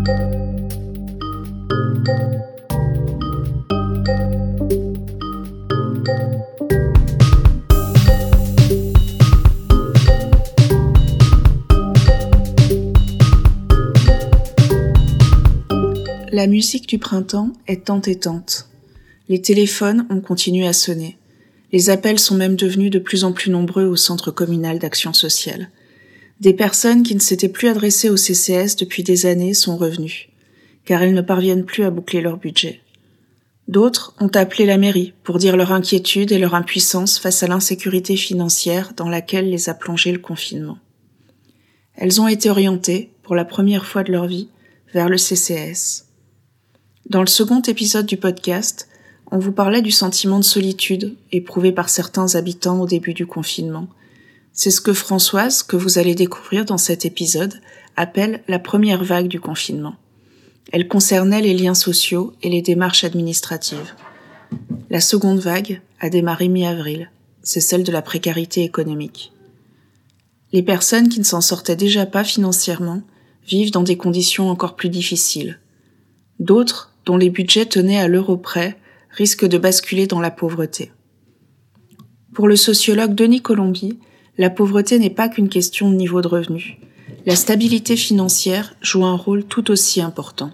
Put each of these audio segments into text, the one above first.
La musique du printemps est entêtante. Les téléphones ont continué à sonner. Les appels sont même devenus de plus en plus nombreux au centre communal d'action sociale. Des personnes qui ne s'étaient plus adressées au CCS depuis des années sont revenues, car elles ne parviennent plus à boucler leur budget. D'autres ont appelé la mairie pour dire leur inquiétude et leur impuissance face à l'insécurité financière dans laquelle les a plongées le confinement. Elles ont été orientées, pour la première fois de leur vie, vers le CCS. Dans le second épisode du podcast, on vous parlait du sentiment de solitude éprouvé par certains habitants au début du confinement. C'est ce que Françoise, que vous allez découvrir dans cet épisode, appelle la première vague du confinement. Elle concernait les liens sociaux et les démarches administratives. La seconde vague a démarré mi-avril. C'est celle de la précarité économique. Les personnes qui ne s'en sortaient déjà pas financièrement vivent dans des conditions encore plus difficiles. D'autres, dont les budgets tenaient à l'euro près, risquent de basculer dans la pauvreté. Pour le sociologue Denis Colombi, la pauvreté n'est pas qu'une question de niveau de revenu. La stabilité financière joue un rôle tout aussi important.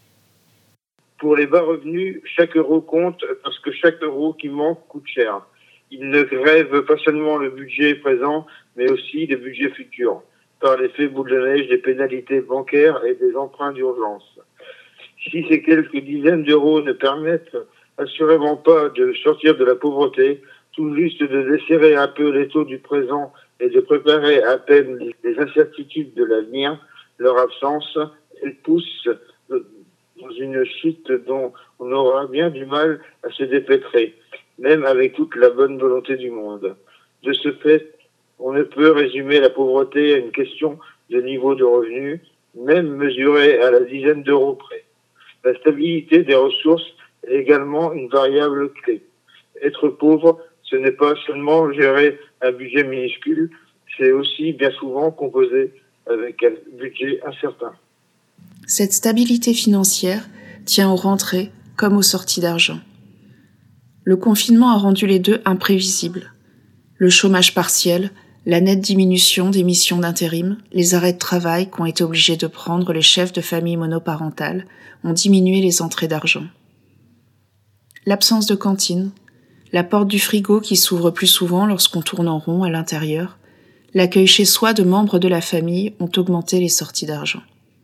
Pour les bas revenus, chaque euro compte parce que chaque euro qui manque coûte cher. Il ne grève pas seulement le budget présent, mais aussi les budgets futurs, par l'effet boule de neige des pénalités bancaires et des emprunts d'urgence. Si ces quelques dizaines d'euros ne permettent assurément pas de sortir de la pauvreté, tout juste de desserrer un peu les taux du présent et de préparer à peine les incertitudes de l'avenir, leur absence, elle pousse dans une chute dont on aura bien du mal à se dépêtrer, même avec toute la bonne volonté du monde. De ce fait, on ne peut résumer la pauvreté à une question de niveau de revenu, même mesurée à la dizaine d'euros près. La stabilité des ressources est également une variable clé. Être pauvre, ce n'est pas seulement gérer un budget minuscule, c'est aussi bien souvent composer avec un budget incertain. Cette stabilité financière tient aux rentrées comme aux sorties d'argent. Le confinement a rendu les deux imprévisibles. Le chômage partiel, la nette diminution des missions d'intérim, les arrêts de travail qu'ont été obligés de prendre les chefs de famille monoparentales ont diminué les entrées d'argent. L'absence de cantine, la porte du frigo qui s'ouvre plus souvent lorsqu'on tourne en rond à l'intérieur, l'accueil chez soi de membres de la famille ont augmenté les sorties d'argent.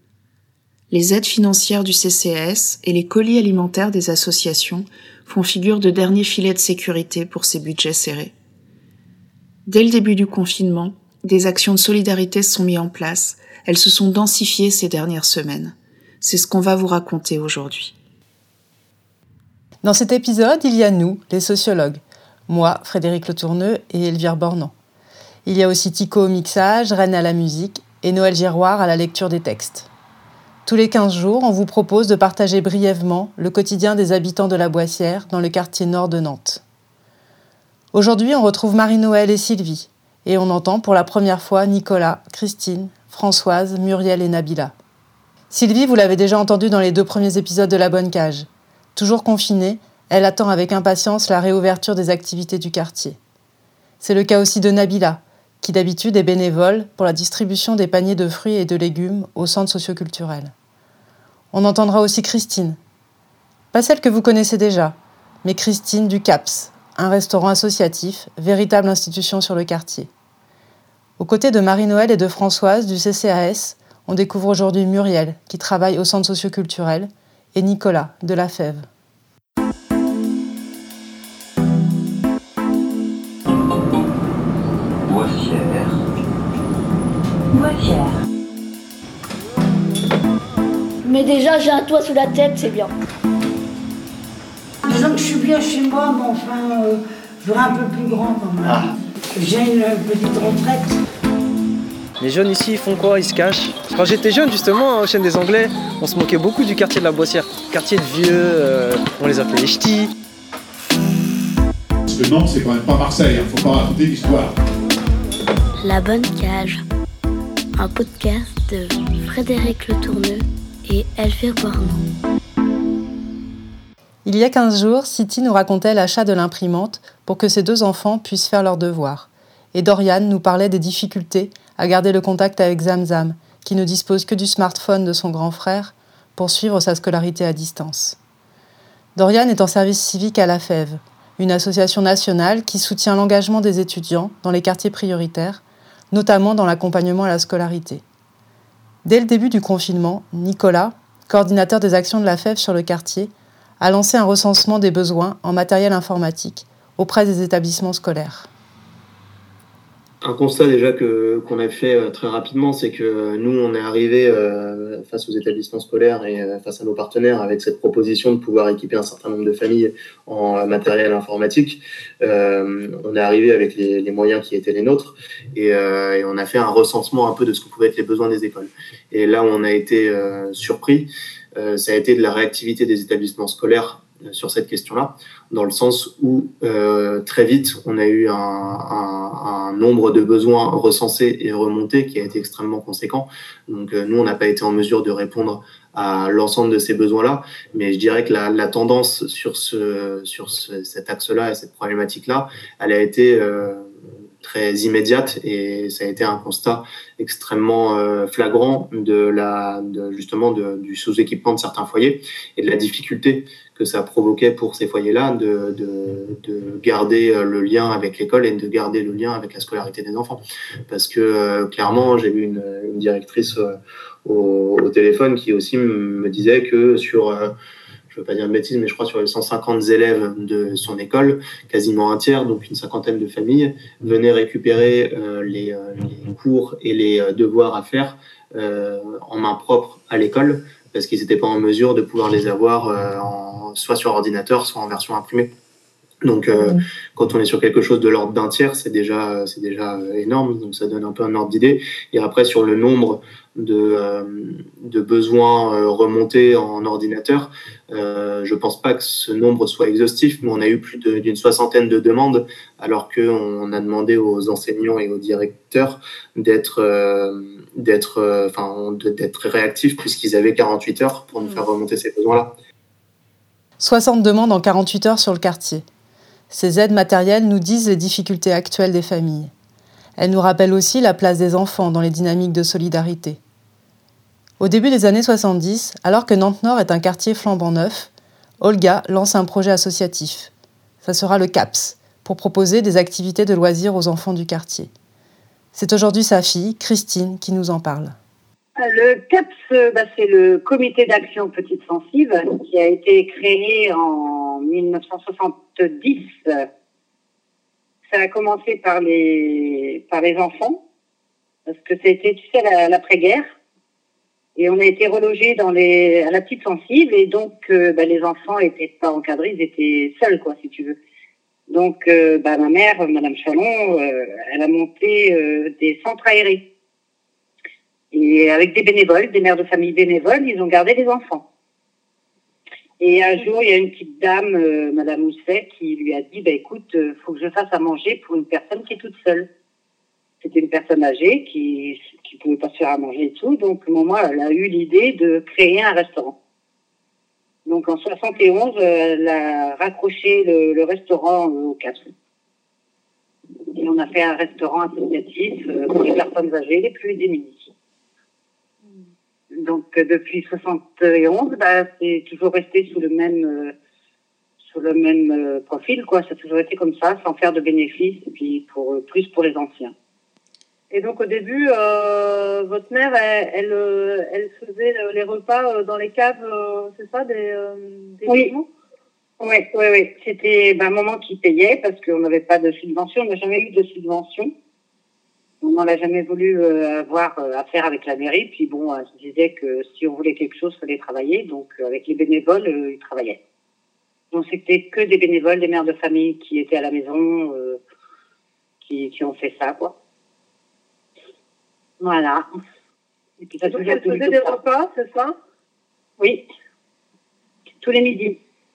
Les aides financières du CCAS et les colis alimentaires des associations font figure de dernier filet de sécurité pour ces budgets serrés. Dès le début du confinement, des actions de solidarité sont mises en place. Elles se sont densifiées ces dernières semaines. C'est ce qu'on va vous raconter aujourd'hui. Dans cet épisode, il y a nous, les sociologues. Moi, Frédéric Le Tourneux et Elvire Bornand. Il y a aussi Tico au mixage, Reine à la musique et Noël Giroir à la lecture des textes. Tous les 15 jours, on vous propose de partager brièvement le quotidien des habitants de la Boissière dans le quartier nord de Nantes. Aujourd'hui, on retrouve Marie-Noël et Sylvie, et on entend pour la première fois Nicolas, Christine, Françoise, Muriel et Nabila. Sylvie, vous l'avez déjà entendue dans les 2 premiers épisodes de La Bonne Cage. Toujours confinée, elle attend avec impatience la réouverture des activités du quartier. C'est le cas aussi de Nabila, qui d'habitude est bénévole pour la distribution des paniers de fruits et de légumes au centre socioculturel. On entendra aussi Christine. Pas celle que vous connaissez déjà, mais Christine du CAPS, un restaurant associatif, véritable institution sur le quartier. Aux côtés de Marie-Noël et de Françoise du CCAS, on découvre aujourd'hui Muriel, qui travaille au centre socioculturel, et Nicolas, de la Fève. Boissière. Mais déjà, j'ai un toit sous la tête, c'est bien. Disons que je suis bien chez moi, mais enfin, je voudrais un peu plus grand quand même. Ah. J'ai une petite retraite. Les jeunes ici, ils font quoi? Ils se cachent. Quand j'étais jeune, justement, au Chêne des Anglais, on se moquait beaucoup du quartier de la Boissière. Quartier de vieux, on les appelait les ch'tis. Parce que Nantes, c'est quand même pas Marseille, faut pas raconter l'histoire. La Bonne Cage, un podcast de Frédéric Le Tourneux et Elvire Bornon. Il y a 15 jours, Siti nous racontait l'achat de l'imprimante pour que ses 2 enfants puissent faire leurs devoirs. Et Dorian nous parlait des difficultés à garder le contact avec Zamzam, qui ne dispose que du smartphone de son grand frère pour suivre sa scolarité à distance. Dorian est en service civique à la FEV, une association nationale qui soutient l'engagement des étudiants dans les quartiers prioritaires, notamment dans l'accompagnement à la scolarité. Dès le début du confinement, Nicolas, coordinateur des actions de la FEV sur le quartier, a lancé un recensement des besoins en matériel informatique auprès des établissements scolaires. Un constat déjà qu'on a fait très rapidement, c'est que nous, on est arrivé face aux établissements scolaires et face à nos partenaires avec cette proposition de pouvoir équiper un certain nombre de familles en matériel informatique. On est arrivé avec les moyens qui étaient les nôtres et on a fait un recensement un peu de ce que pouvaient être les besoins des écoles. Et là où on a été surpris, ça a été de la réactivité des établissements scolaires sur cette question-là, dans le sens où très vite, on a eu un nombre de besoins recensés et remontés qui a été extrêmement conséquent. Donc nous, on n'a pas été en mesure de répondre à l'ensemble de ces besoins-là, mais je dirais que la tendance sur cet axe-là et cette problématique-là, elle a été très immédiate et ça a été un constat extrêmement flagrant justement du sous-équipement de certains foyers et de la difficulté que ça provoquait pour ces foyers-là de garder le lien avec l'école et de garder le lien avec la scolarité des enfants. Parce que clairement, j'ai eu une directrice au téléphone qui aussi me disait que sur, je ne veux pas dire de bêtises, mais je crois sur les 150 élèves de son école, quasiment un tiers, donc une cinquantaine de familles, venaient récupérer les cours et les devoirs à faire en main propre à l'école, parce qu'ils n'étaient pas en mesure de pouvoir les avoir soit sur ordinateur, soit en version imprimée. Donc, quand on est sur quelque chose de l'ordre d'un tiers, c'est déjà énorme. Donc, ça donne un peu un ordre d'idée. Et après, sur le nombre de besoins remontés en ordinateur, je pense pas que ce nombre soit exhaustif, mais on a eu plus d'une 60aine de demandes, alors qu'on a demandé aux enseignants et aux directeurs d'être réactifs, puisqu'ils avaient 48 heures pour nous faire remonter ces besoins-là. 60 demandes en 48 heures sur le quartier. Ces aides matérielles nous disent les difficultés actuelles des familles. Elles nous rappellent aussi la place des enfants dans les dynamiques de solidarité. Au début des années 70, alors que Nantes-Nord est un quartier flambant neuf, Olga lance un projet associatif. Ça sera le CAPS, pour proposer des activités de loisirs aux enfants du quartier. C'est aujourd'hui sa fille, Christine, qui nous en parle. Le CAPS, c'est le Comité d'action Petites Sensibles, qui a été créé en 1970. Ça a commencé par les enfants, parce que c'était, tu sais, l'après-guerre. Et on a été relogés à la Petite Sensible, et donc les enfants n'étaient pas encadrés, ils étaient seuls, quoi, si tu veux. Donc ma mère, Madame Chalon, elle a monté des centres aérés. Et avec des bénévoles, des mères de famille bénévoles, ils ont gardé les enfants. Et un jour, il y a une petite dame, Madame Mousset, qui lui a dit, écoute, faut que je fasse à manger pour une personne qui est toute seule. C'était une personne âgée qui pouvait pas se faire à manger et tout. Donc, maman, elle a eu l'idée de créer un restaurant. Donc, en 71, elle a raccroché le restaurant au CAPS. Et on a fait un restaurant associatif pour les personnes âgées les plus démunies. Donc, depuis 71, c'est toujours resté sous le même profil, quoi. Ça a toujours été comme ça, sans faire de bénéfices, et puis plus pour les anciens. Et donc, au début, votre mère, elle faisait les repas dans les caves, c'est ça, des oui. Oui. C'était maman qui payait, parce qu'on n'avait pas de subvention. On n'a jamais eu de subvention. On n'a jamais voulu avoir affaire avec la mairie. Puis bon, je disais que si on voulait quelque chose, il fallait travailler. Donc, avec les bénévoles, ils travaillaient. Donc, c'était que des bénévoles, des mères de famille qui étaient à la maison, qui ont fait ça, quoi. Voilà. Et puis, donc, elle faisait des repas, c'est ça? Oui. Tous les midis.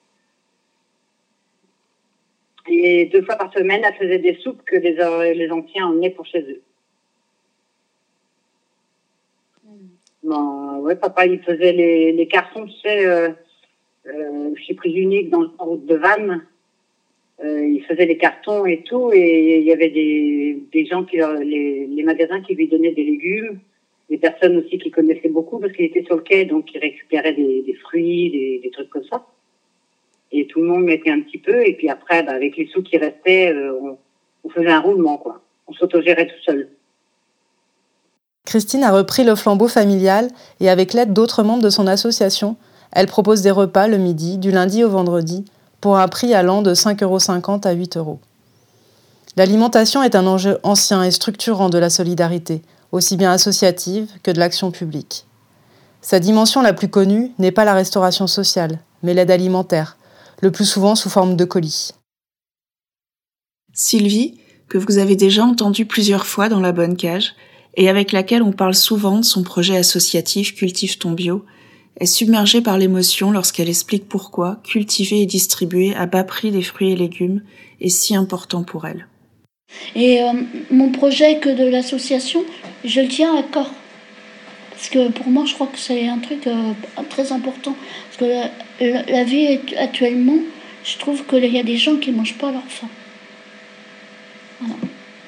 Et 2 fois par semaine, elle faisait des soupes que les anciens emmenaient pour chez eux. Bon, ouais, papa, il faisait les cartons, tu sais, chez Prix Unique, dans le route de Vannes. Il faisait les cartons et tout, et il y avait des gens les magasins qui lui donnaient des légumes, des personnes aussi qui connaissaient beaucoup parce qu'il était sur le quai, donc il récupérait des fruits, des trucs comme ça. Et tout le monde mettait un petit peu, et puis après, bah, avec les sous qui restaient, on faisait un roulement, quoi. On s'autogérait tout seul. Christine a repris le flambeau familial et avec l'aide d'autres membres de son association, elle propose des repas le midi, du lundi au vendredi, pour un prix allant de 5,50 € à 8 €. L'alimentation est un enjeu ancien et structurant de la solidarité, aussi bien associative que de l'action publique. Sa dimension la plus connue n'est pas la restauration sociale, mais l'aide alimentaire, le plus souvent sous forme de colis. Sylvie, que vous avez déjà entendue plusieurs fois dans La Bonne Cage, et avec laquelle on parle souvent de son projet associatif Cultive ton bio, est submergée par l'émotion lorsqu'elle explique pourquoi cultiver et distribuer à bas prix des fruits et légumes est si important pour elle. Et mon projet que de l'association, je le tiens à corps. Parce que pour moi, je crois que c'est un truc très important. Parce que la vie actuellement, je trouve qu'il y a des gens qui ne mangent pas leur faim. Voilà.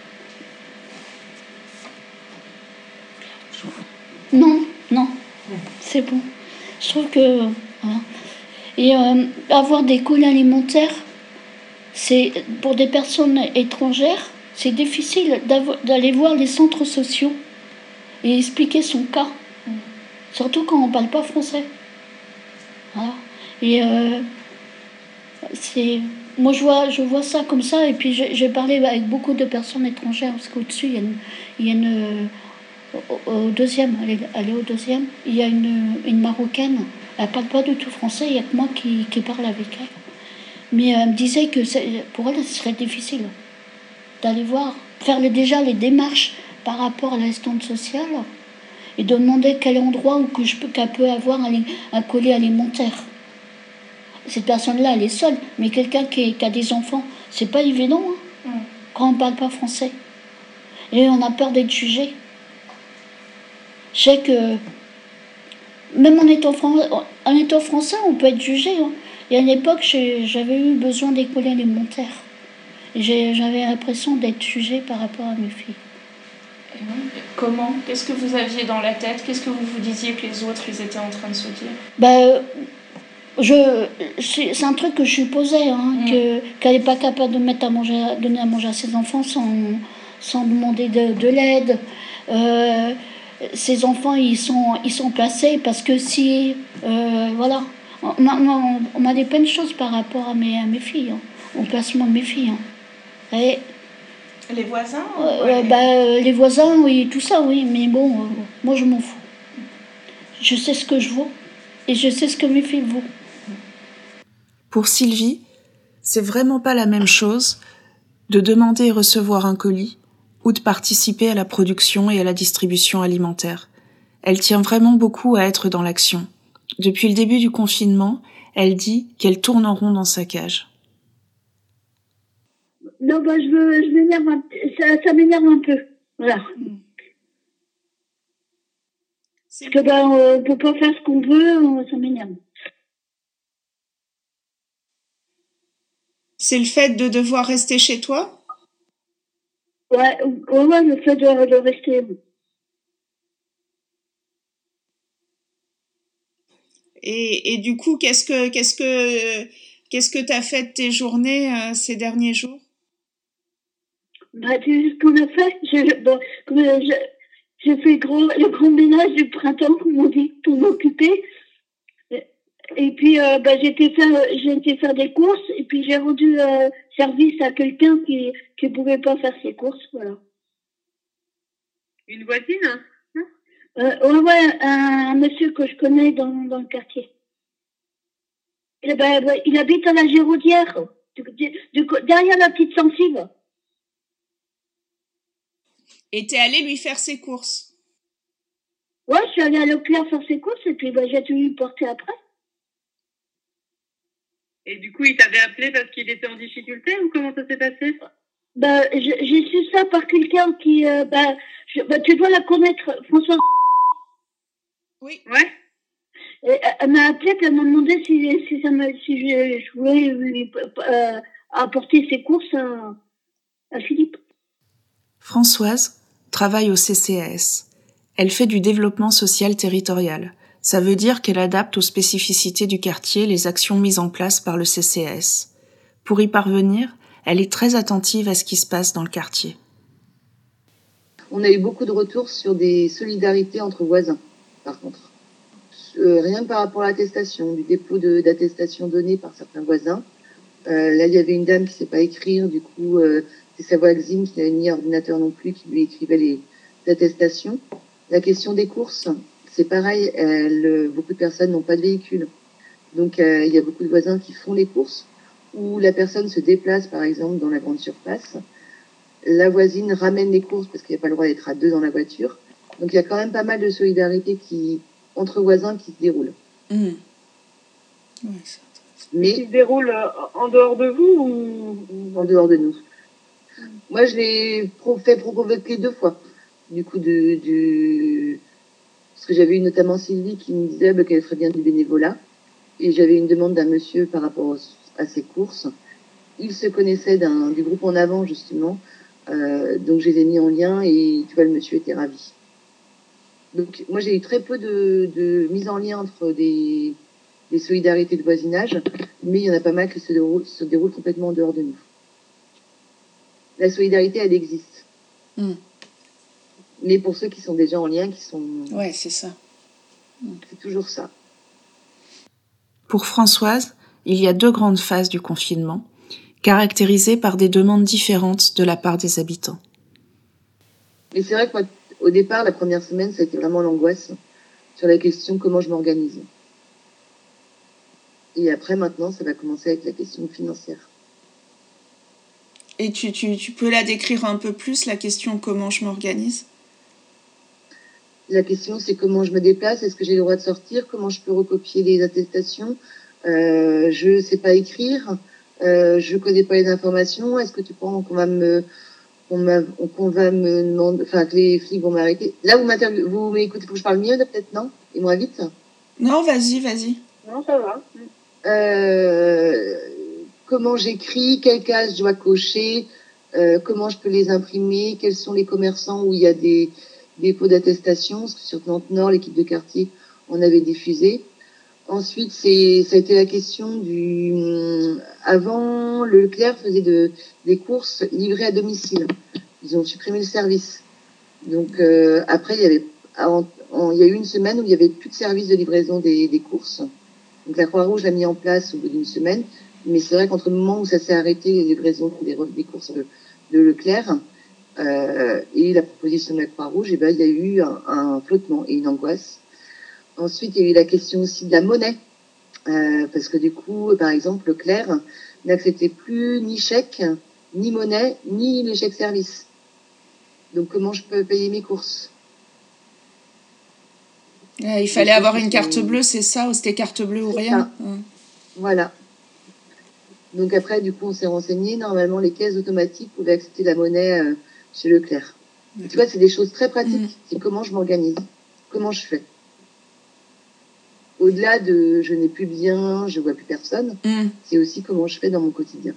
Non, c'est bon. Je trouve que... Voilà. Et avoir des colis alimentaires, c'est pour des personnes étrangères, c'est difficile d'aller voir les centres sociaux et expliquer son cas. Surtout quand on ne parle pas français. Voilà. Et moi, je vois ça comme ça. Et puis, j'ai parlé avec beaucoup de personnes étrangères, parce qu'au-dessus, il y a une au deuxième, elle est au deuxième. Il y a une Marocaine. Elle ne parle pas du tout français. Il n'y a que moi qui parle avec elle. Mais elle me disait que pour elle, ce serait difficile d'aller voir, faire déjà les démarches par rapport à l'assistante sociale et de demander quel endroit où qu'elle peut avoir un colis alimentaire. Cette personne-là, elle est seule, mais quelqu'un qui a des enfants, c'est pas évident quand on ne parle pas français. Et on a peur d'être jugé. Je sais que même en étant français, on peut être jugé. Et à l'époque, j'avais eu besoin des colis alimentaires. Et j'avais l'impression d'être jugée par rapport à mes filles. Et donc, comment ? Qu'est-ce que vous aviez dans la tête ? Qu'est-ce que vous vous disiez que les autres, ils étaient en train de se dire ? C'est un truc que je supposais, qu'elle n'est pas capable de donner à manger à ses enfants sans demander de l'aide. Ses enfants, ils sont placés parce que si... voilà. On m'a dit plein de choses par rapport à mes filles, au placement de mes filles. Et, les voisins les voisins, oui, tout ça, oui. Mais bon, moi, je m'en fous. Je sais ce que je vaux et je sais ce que mes filles vaut. Pour Sylvie, c'est vraiment pas la même chose de demander et recevoir un colis ou de participer à la production et à la distribution alimentaire. Elle tient vraiment beaucoup à être dans l'action. Depuis le début du confinement, elle dit qu'elle tourne en rond dans sa cage. Non, je m'énerve ça m'énerve un peu. Voilà. Parce que on peut pas faire ce qu'on veut, ça m'énerve. C'est le fait de devoir rester chez toi ? Ouais, le fait de rester. Et du coup, qu'est-ce que t'as fait de tes journées ces derniers jours ? C'est ce qu'on a fait. J'ai fait le grand ménage du printemps, comme on dit, pour m'occuper. Et puis, j'ai été faire des courses, et puis j'ai rendu service à quelqu'un qui ne pouvait pas faire ses courses, voilà. Une voisine ? Un monsieur que je connais dans le quartier. Il habite à la Giraudière, derrière la petite Sensible. Et t'es allée lui faire ses courses ? Ouais, je suis allée à Leclerc faire ses courses, et puis j'ai dû lui porter après. Et du coup, il t'avait appelé parce qu'il était en difficulté, ou comment ça s'est passé ? J'ai su ça par quelqu'un qui... tu dois la connaître, Françoise. Oui. Ouais. Et elle m'a appelé, elle m'a demandé si je voulais lui apporter ses courses à Philippe. Françoise travaille au CCAS. Elle fait du développement social territorial. Ça veut dire qu'elle adapte aux spécificités du quartier les actions mises en place par le CCAS. Pour y parvenir, elle est très attentive à ce qui se passe dans le quartier. On a eu beaucoup de retours sur des solidarités entre voisins, par contre. Rien que par rapport à l'attestation, du dépôt d'attestation donnée par certains voisins. Là, il y avait une dame qui ne sait pas écrire, du coup, c'est sa voisine qui n'avait ni ordinateur non plus, qui lui écrivait les attestations. La question des courses, c'est pareil, beaucoup de personnes n'ont pas de véhicule. Donc, il y a beaucoup de voisins qui font les courses, où la personne se déplace, par exemple, dans la grande surface. La voisine ramène les courses parce qu'il n'y a pas le droit d'être à deux dans la voiture. Donc, il y a quand même pas mal de solidarité entre voisins qui se déroulent. Mmh. Ouais, mais qui se déroule en dehors de vous ou en dehors de nous. Moi, je l'ai fait provoquer 2 fois. Du coup, parce que j'avais eu notamment Sylvie qui me disait qu'elle ferait bien du bénévolat. Et j'avais une demande d'un monsieur par rapport à ses courses. Il se connaissait du groupe En Avant, justement. Donc, je les ai mis en lien et tu vois, le monsieur était ravi. Donc, moi, j'ai eu très peu de mise en lien entre des solidarités de voisinage, mais il y en a pas mal qui se déroulent complètement en dehors de nous. La solidarité, elle existe. Mmh. Mais pour ceux qui sont déjà en lien, qui sont... Ouais, c'est ça. C'est toujours ça. Pour Françoise, il y a 2 grandes phases du confinement, caractérisées par des demandes différentes de la part des habitants. Mais c'est vrai que moi, au départ, la première semaine, ça a été vraiment l'angoisse sur la question comment je m'organise. Et après, maintenant, ça va commencer avec la question financière. Et tu peux la décrire un peu plus, la question comment je m'organise ? La question, c'est comment je me déplace, est-ce que j'ai le droit de sortir, comment je peux recopier les attestations, je ne sais pas écrire, je ne connais pas les informations, est-ce que tu penses qu'on va me demander, enfin que les flics vont m'arrêter. Là, vous m'écoutez pour que je parle mieux, peut-être, non ? Et moins vite ? Non, vas-y. Non, ça va. Comment j'écris, quelle case je dois cocher, comment je peux les imprimer, quels sont les commerçants où il y a des dépôts d'attestation, parce que sur Nantes Nord, l'équipe de quartier en avait diffusé. Ensuite, ça a été la question avant, le Leclerc faisait des courses livrées à domicile. Ils ont supprimé le service. Donc, après, il y a eu une semaine où il n'y avait plus de service de livraison des courses. Donc, la Croix-Rouge l'a mis en place au bout d'une semaine. Mais c'est vrai qu'entre le moment où ça s'est arrêté, les livraisons des courses de Leclerc, et la proposition de la Croix-Rouge, il y a eu un flottement et une angoisse. Ensuite, il y a eu la question aussi de la monnaie, parce que du coup, par exemple, Leclerc n'acceptait plus ni chèque, ni monnaie, ni les chèques service. Donc, comment je peux payer mes courses ? Il fallait avoir une carte bleue, c'est ça ? Ou c'était carte bleue ou rien ? Voilà. Donc après, du coup, on s'est renseigné. Normalement, les caisses automatiques pouvaient accepter la monnaie chez Leclerc. Tu vois, c'est des choses très pratiques. C'est comment je m'organise, comment je fais. Au-delà de je n'ai plus de lien, je vois plus personne, c'est aussi comment je fais dans mon quotidien.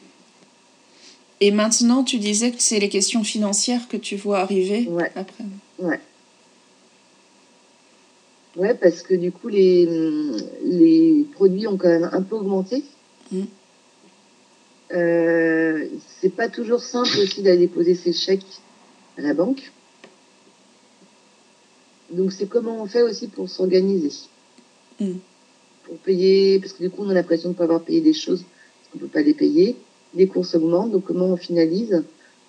Et maintenant, tu disais que c'est les questions financières que tu vois arriver après. Ouais, parce que du coup, les produits ont quand même un peu augmenté. C'est pas toujours simple aussi d'aller déposer ses chèques à la banque. Donc c'est comment on fait aussi pour s'organiser. Pour payer, parce que du coup on a l'impression de ne pas avoir payé des choses, parce qu'on ne peut pas les payer. Les courses augmentent, donc comment on finalise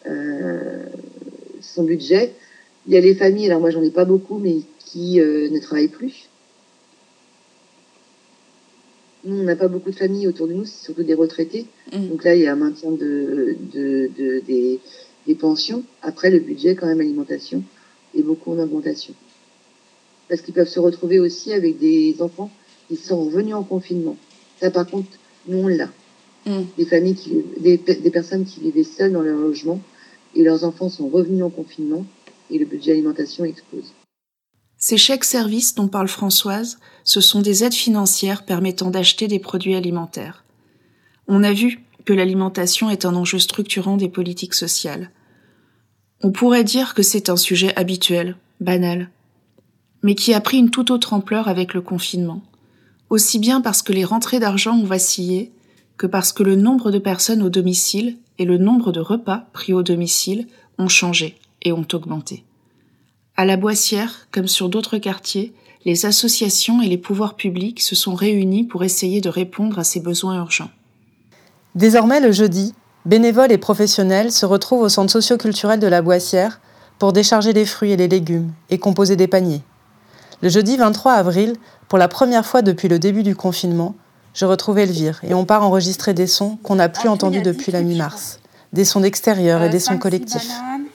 son budget. Il y a les familles, alors moi j'en ai pas beaucoup, mais qui ne travaillent plus. Nous, on n'a pas beaucoup de familles autour de nous, c'est surtout des retraités. Donc là, il y a un maintien des pensions. Après, le budget, quand même, alimentation, est beaucoup en augmentation. Parce qu'ils peuvent se retrouver aussi avec des enfants qui sont revenus en confinement. Ça, par contre, nous, on l'a. Des familles, des personnes qui vivaient seules dans leur logement et leurs enfants sont revenus en confinement et le budget alimentation explose. Ces chèques-services dont parle Françoise, ce sont des aides financières permettant d'acheter des produits alimentaires. On a vu que l'alimentation est un enjeu structurant des politiques sociales. On pourrait dire que c'est un sujet habituel, banal, mais qui a pris une toute autre ampleur avec le confinement, aussi bien parce que les rentrées d'argent ont vacillé, que parce que le nombre de personnes au domicile et le nombre de repas pris au domicile ont changé et ont augmenté. À la Boissière, comme sur d'autres quartiers, les associations et les pouvoirs publics se sont réunis pour essayer de répondre à ces besoins urgents. Désormais, le jeudi, bénévoles et professionnels se retrouvent au centre socio-culturel de la Boissière pour décharger les fruits et les légumes et composer des paniers. Le jeudi 23 avril, pour la première fois depuis le début du confinement, je retrouve Elvire et on part enregistrer des sons qu'on n'a plus entendus depuis la mi-mars. Des sons d'extérieur et des sons collectifs.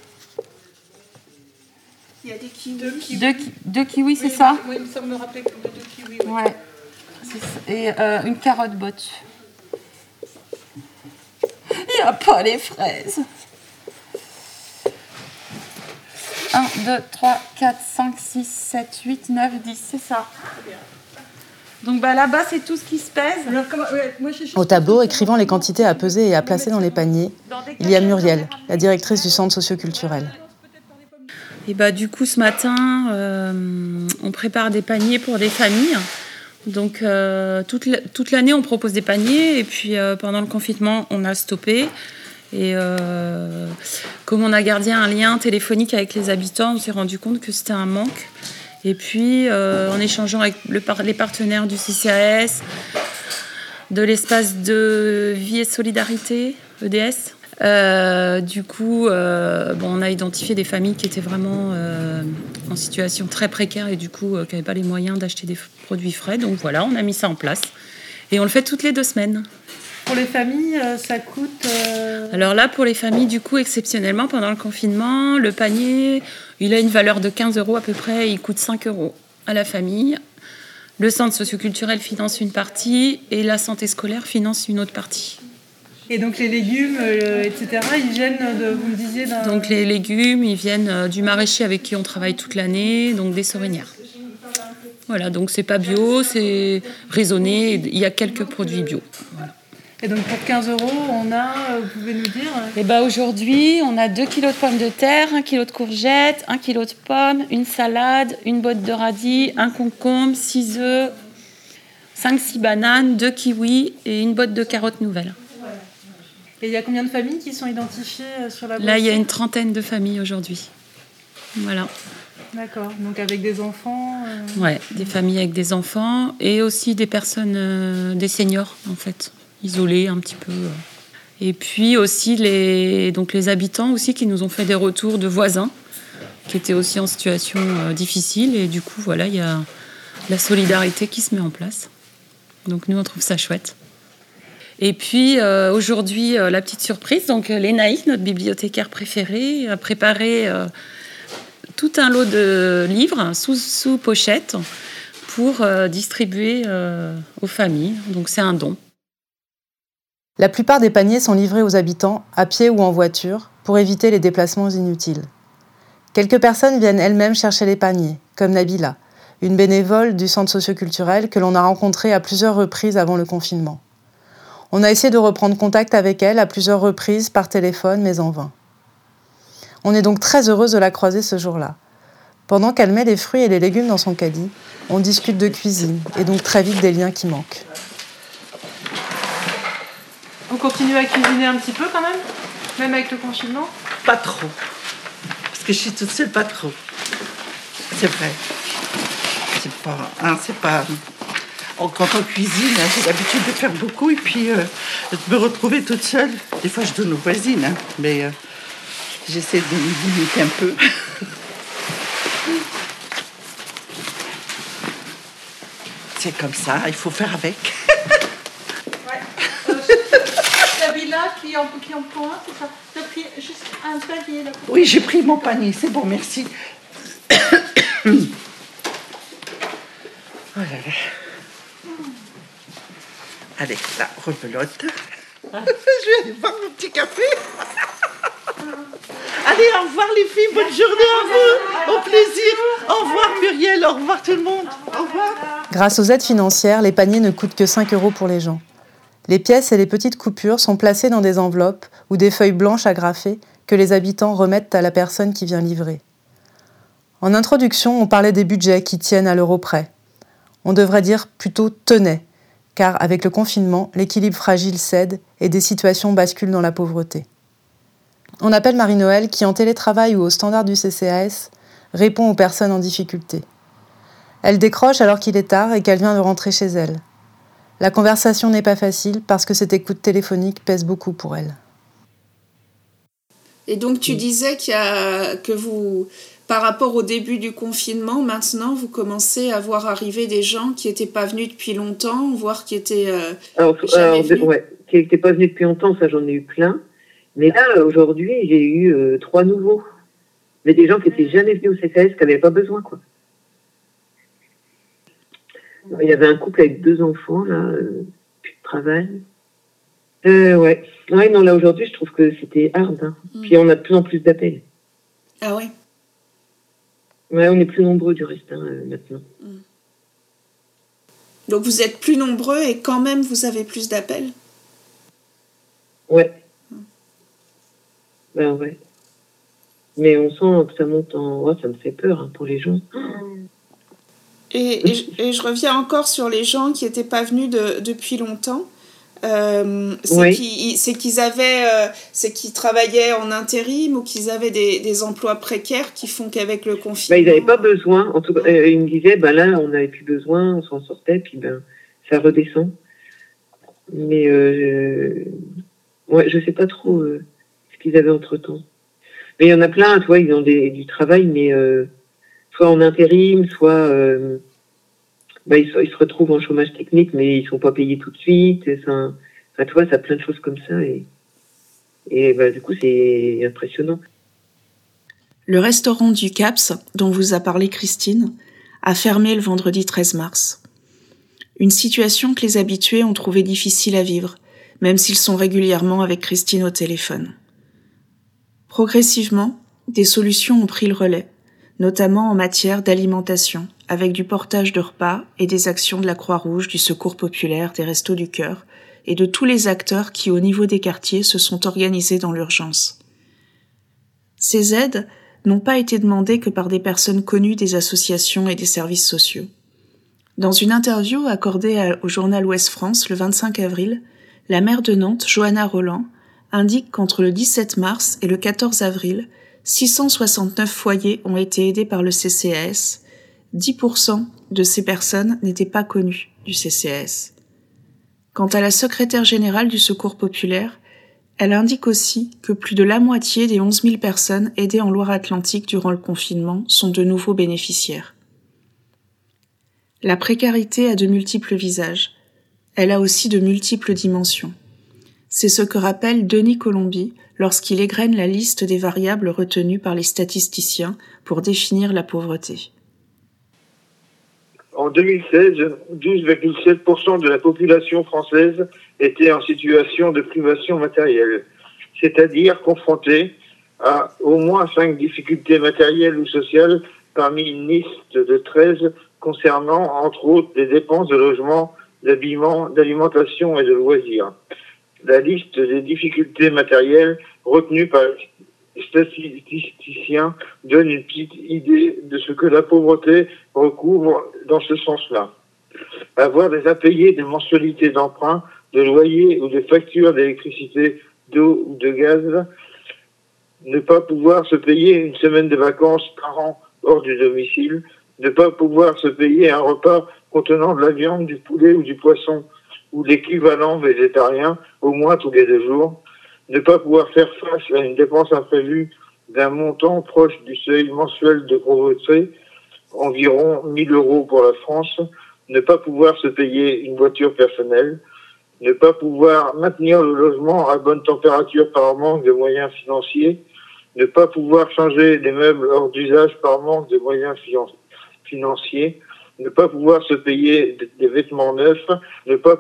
Il y a des kiwis. Deux kiwis, c'est ça? Oui, ça me rappelait que deux kiwis. Oui. Ouais. Et une carotte botte. Il n'y a pas les fraises. 1, 2, 3, 4, 5, 6, 7, 8, 9, 10, c'est ça. Donc là-bas, c'est tout ce qui se pèse. Au tableau, écrivant les quantités à peser et à placer dans les paniers, il y a Muriel, la directrice du centre socio-culturel. Et du coup, ce matin, on prépare des paniers pour des familles. Donc, toute l'année, on propose des paniers. Et puis, pendant le confinement, on a stoppé. Et comme on a gardé un lien téléphonique avec les habitants, on s'est rendu compte que c'était un manque. Et puis, en échangeant avec les partenaires du CCAS, de l'espace de vie et solidarité, EDS, du coup, on a identifié des familles qui étaient vraiment en situation très précaire et du coup, qui n'avaient pas les moyens d'acheter des produits frais. Donc voilà, on a mis ça en place. Et on le fait toutes les 2 semaines. Pour les familles, ça coûte... Alors là, pour les familles, du coup, exceptionnellement, pendant le confinement, le panier, il a une valeur de 15 € à peu près. Il coûte 5 € à la famille. Le centre socioculturel finance une partie et la santé scolaire finance une autre partie. Et donc les légumes, etc., ils viennent, vous me disiez... Donc les légumes, ils viennent du maraîcher avec qui on travaille toute l'année, donc des Sorinières. Voilà, donc c'est pas bio, c'est raisonné, il y a quelques produits bio. Voilà. Et donc pour 15 €, on a, vous pouvez nous dire aujourd'hui, on a 2 kilos de pommes de terre, 1 kilo de courgettes, 1 kilo de pommes, une salade, une botte de radis, un concombre, 6 œufs, 5-6 bananes, 2 kiwis et une botte de carottes nouvelles. Et il y a combien de familles qui sont identifiées sur la Boissière ? Là, il y a une trentaine de familles aujourd'hui. Voilà. D'accord, donc avec des enfants Ouais, des familles avec des enfants et aussi des personnes, des seniors en fait, isolés un petit peu. Et puis aussi les habitants aussi qui nous ont fait des retours de voisins qui étaient aussi en situation difficile. Et du coup, voilà, il y a la solidarité qui se met en place. Donc nous, on trouve ça chouette. Et puis aujourd'hui, la petite surprise, donc Lénaïque, notre bibliothécaire préférée, a préparé tout un lot de livres sous pochette pour distribuer aux familles. Donc c'est un don. La plupart des paniers sont livrés aux habitants, à pied ou en voiture, pour éviter les déplacements inutiles. Quelques personnes viennent elles-mêmes chercher les paniers, comme Nabila, une bénévole du centre socioculturel que l'on a rencontrée à plusieurs reprises avant le confinement. On a essayé de reprendre contact avec elle à plusieurs reprises par téléphone, mais en vain. On est donc très heureuse de la croiser ce jour-là. Pendant qu'elle met les fruits et les légumes dans son caddie, on discute de cuisine et donc très vite des liens qui manquent. On continue à cuisiner un petit peu quand même avec le confinement ? Pas trop. Parce que je suis toute seule, pas trop. C'est vrai. C'est pas... Quand on cuisine, j'ai l'habitude de faire beaucoup et puis de me retrouver toute seule. Des fois, je donne aux voisines, mais j'essaie de me limiter un peu. C'est comme ça, il faut faire avec. Nabila qui en prend un, c'est ça ? Tu as pris juste un panier là. Oui, j'ai pris mon panier, c'est bon, merci. Oh là là. Allez, la rebelote. Je vais aller boire mon petit café. Allez, au revoir les filles, bonne journée à vous. Au plaisir. Au revoir Muriel, au revoir tout le monde. Au revoir. Grâce aux aides financières, les paniers ne coûtent que 5 € pour les gens. Les pièces et les petites coupures sont placées dans des enveloppes ou des feuilles blanches agrafées que les habitants remettent à la personne qui vient livrer. En introduction, on parlait des budgets qui tiennent à l'euro près. On devrait dire plutôt « tenaient », car avec le confinement, l'équilibre fragile cède et des situations basculent dans la pauvreté. On appelle Marie-Noël qui, en télétravail ou au standard du CCAS, répond aux personnes en difficulté. Elle décroche alors qu'il est tard et qu'elle vient de rentrer chez elle. La conversation n'est pas facile parce que cette écoute téléphonique pèse beaucoup pour elle. Et donc tu disais que vous, par rapport au début du confinement, maintenant vous commencez à voir arriver des gens qui n'étaient pas venus depuis longtemps, voire qui étaient qui n'étaient pas venus depuis longtemps, ça j'en ai eu plein. Mais là, aujourd'hui, j'ai eu 3 nouveaux. Mais des gens qui n'étaient jamais venus au CCAS, qui n'avaient pas besoin, quoi. Il y avait un couple avec 2 enfants, là, plus de travail. Ouais, non, là, aujourd'hui, je trouve que c'était hard. Hein. Puis on a de plus en plus d'appels. Ah ouais? Ouais, on est plus nombreux, du reste, maintenant. Donc vous êtes plus nombreux et quand même, vous avez plus d'appels? Ouais. Ben ouais. Mais on sent que ça monte en... Ouais, ça me fait peur hein, pour les gens. Et je reviens encore sur les gens qui n'étaient pas venus depuis longtemps. C'est qu'ils travaillaient en intérim ou qu'ils avaient des emplois précaires qui font qu'avec le confinement... ils n'avaient pas besoin. En tout cas, ils me disaient, là, on n'avait plus besoin, on s'en sortait, puis ça redescend. Mais je sais pas trop ce qu'ils avaient entre-temps. Mais il y en a plein, tu vois, ils ont du travail, mais soit en intérim, soit ils se retrouvent en chômage technique, mais ils sont pas payés tout de suite. Tu vois, ça a plein de choses comme ça. Et du coup, c'est impressionnant. Le restaurant du CAPS, dont vous a parlé Christine, a fermé le vendredi 13 mars. Une situation que les habitués ont trouvé difficile à vivre, même s'ils sont régulièrement avec Christine au téléphone. Progressivement, des solutions ont pris le relais, notamment en matière d'alimentation, avec du portage de repas et des actions de la Croix-Rouge, du Secours populaire, des Restos du Cœur et de tous les acteurs qui, au niveau des quartiers, se sont organisés dans l'urgence. Ces aides n'ont pas été demandées que par des personnes connues des associations et des services sociaux. Dans une interview accordée au journal Ouest France le 25 avril, la maire de Nantes, Johanna Roland, indique qu'entre le 17 mars et le 14 avril, 669 foyers ont été aidés par le CCAS. 10% de ces personnes n'étaient pas connues du CCAS. Quant à la secrétaire générale du Secours populaire, elle indique aussi que plus de la moitié des 11 000 personnes aidées en Loire-Atlantique durant le confinement sont de nouveaux bénéficiaires. La précarité a de multiples visages. Elle a aussi de multiples dimensions. C'est ce que rappelle Denis Colombi lorsqu'il égrène la liste des variables retenues par les statisticiens pour définir la pauvreté. En 2016, 12,7% de la population française était en situation de privation matérielle, c'est-à-dire confrontée à au moins 5 difficultés matérielles ou sociales parmi une liste de 13 concernant, entre autres, les dépenses de logement, d'habillement, d'alimentation et de loisirs. La liste des difficultés matérielles retenues par les statisticiens donne une petite idée de ce que la pauvreté recouvre dans ce sens-là. Avoir des impayés de mensualités d'emprunt, de loyer ou de factures d'électricité, d'eau ou de gaz, ne pas pouvoir se payer une semaine de vacances par an hors du domicile, ne pas pouvoir se payer un repas contenant de la viande, du poulet ou du poisson, ou l'équivalent végétarien, au moins tous les 2 jours, ne pas pouvoir faire face à une dépense imprévue d'un montant proche du seuil mensuel de pauvreté, environ 1 000 € pour la France, ne pas pouvoir se payer une voiture personnelle, ne pas pouvoir maintenir le logement à bonne température par manque de moyens financiers, ne pas pouvoir changer des meubles hors d'usage par manque de moyens financiers, ne pas pouvoir se payer des vêtements neufs, ne pas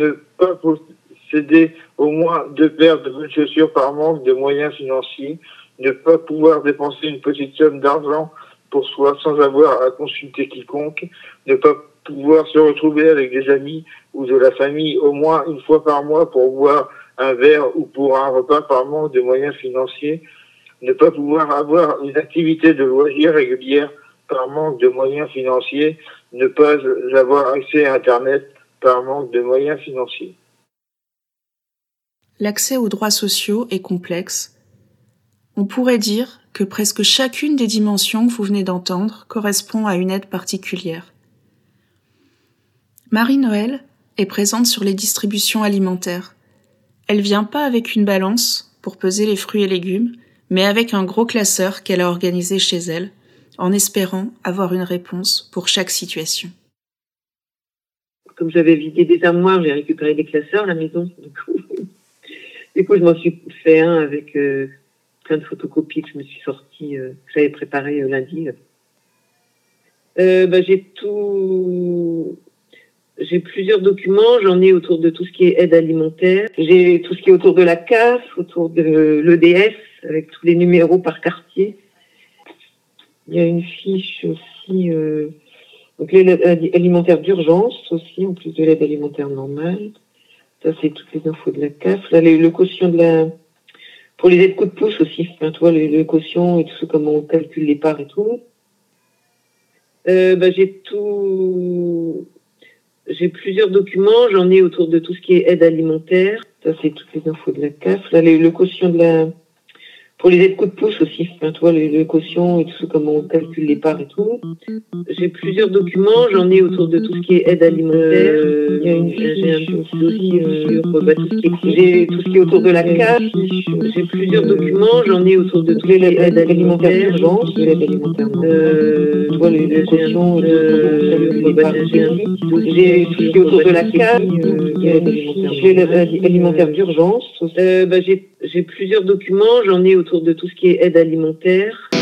posséder au moins 2 paires de bonnes chaussures par manque de moyens financiers, ne pas pouvoir dépenser une petite somme d'argent pour soi sans avoir à consulter quiconque, ne pas pouvoir se retrouver avec des amis ou de la famille au moins une fois par mois pour boire un verre ou pour un repas par manque de moyens financiers, ne pas pouvoir avoir une activité de loisirs régulière par manque de moyens financiers, ne pas avoir accès à Internet par manque de moyens financiers. L'accès aux droits sociaux est complexe. On pourrait dire que presque chacune des dimensions que vous venez d'entendre correspond à une aide particulière. Marie-Noëlle est présente sur les distributions alimentaires. Elle vient pas avec une balance pour peser les fruits et légumes, mais avec un gros classeur qu'elle a organisé chez elle, en espérant avoir une réponse pour chaque situation. Comme j'avais vidé des armoires, j'ai récupéré des classeurs à la maison. Du coup, je m'en suis fait un avec plein de photocopies que je me suis sortie, que j'avais préparé lundi. J'ai plusieurs documents, j'en ai autour de tout ce qui est aide alimentaire. J'ai tout ce qui est autour de la CAF, autour de l'EDF, avec tous les numéros par quartier. Il y a une fiche aussi, donc l'aide alimentaire d'urgence aussi, en plus de l'aide alimentaire normale. Ça, c'est toutes les infos de la CAF. Là, le quotient pour les aides coup de pouce aussi. Enfin, toi, le quotient et tout ça, comment on calcule les parts et tout. J'ai plusieurs documents, j'en ai autour de tout ce qui est aide alimentaire. Ça, c'est toutes les infos de la CAF. Là, le quotient pour les aides coup de pouce aussi. Enfin, toi, le quotient et tout ça, comment on calcule les parts et tout. J'ai plusieurs documents, j'en ai autour de tout ce qui est aide alimentaire. Il y a une fiche, j'ai un petit dossier sur tout ce qui est autour de la CAF. J'ai plusieurs documents, j'en ai autour de toutes les aides alimentaires d'urgence, de l'aide alimentaire. Toi, le quotient et tout ça, comment on calcule les parts. J'ai tout ce qui est autour de la CAF. J'ai l'aide alimentaire d'urgence. J'ai plusieurs documents, j'en ai autour de tout ce qui est aide alimentaire.